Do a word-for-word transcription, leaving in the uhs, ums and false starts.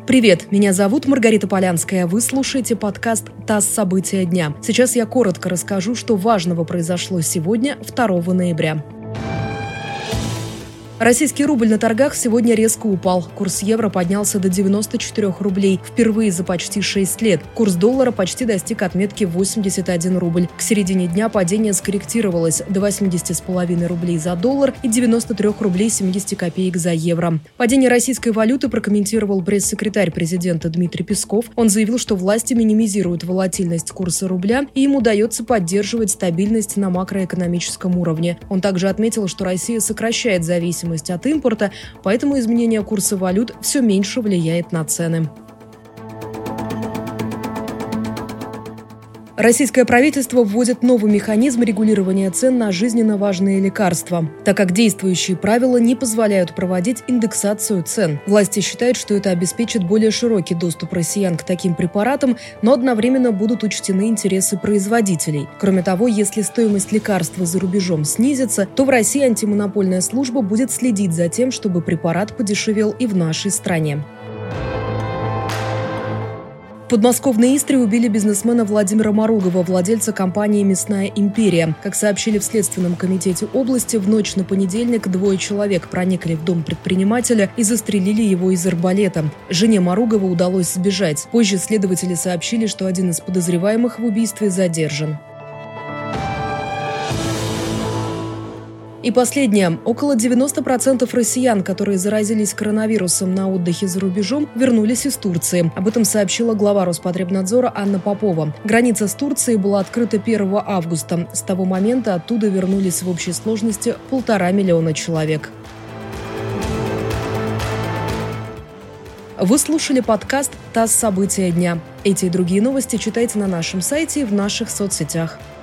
Привет, меня зовут Маргарита Полянская. Вы слушаете подкаст «ТАСС. События дня». Сейчас я коротко расскажу, что важного произошло сегодня, второго ноября. Российский рубль на торгах сегодня резко упал. Курс евро поднялся до девяноста четырёх рублей. Впервые за почти шесть лет. Курс доллара почти достиг отметки восемьдесят один рубль. К середине дня падение скорректировалось до восьмидесяти с половиной рублей за доллар и девяноста трёх рублей семидесяти копеек за евро. Падение российской валюты прокомментировал пресс-секретарь президента Дмитрий Песков. Он заявил, что власти минимизируют волатильность курса рубля и им удается поддерживать стабильность на макроэкономическом уровне. Он также отметил, что Россия сокращает зависимость от импорта, поэтому изменение курса валют все меньше влияет на цены. Российское правительство вводит новый механизм регулирования цен на жизненно важные лекарства, так как действующие правила не позволяют проводить индексацию цен. Власти считают, что это обеспечит более широкий доступ россиян к таким препаратам, но одновременно будут учтены интересы производителей. Кроме того, если стоимость лекарства за рубежом снизится, то в России антимонопольная служба будет следить за тем, чтобы препарат подешевел и в нашей стране. В подмосковной Истре убили бизнесмена Владимира Маругова, владельца компании «Мясная империя». Как сообщили в Следственном комитете области, в ночь на понедельник двое человек проникли в дом предпринимателя и застрелили его из арбалета. Жене Маругова удалось сбежать. Позже следователи сообщили, что один из подозреваемых в убийстве задержан. И последнее. Около девяноста процентов россиян, которые заразились коронавирусом на отдыхе за рубежом, вернулись из Турции. Об этом сообщила глава Роспотребнадзора Анна Попова. Граница с Турцией была открыта первого августа. С того момента оттуда вернулись в общей сложности полтора миллиона человек. Вы слушали подкаст «ТАСС. События дня». Эти и другие новости читайте на нашем сайте и в наших соцсетях.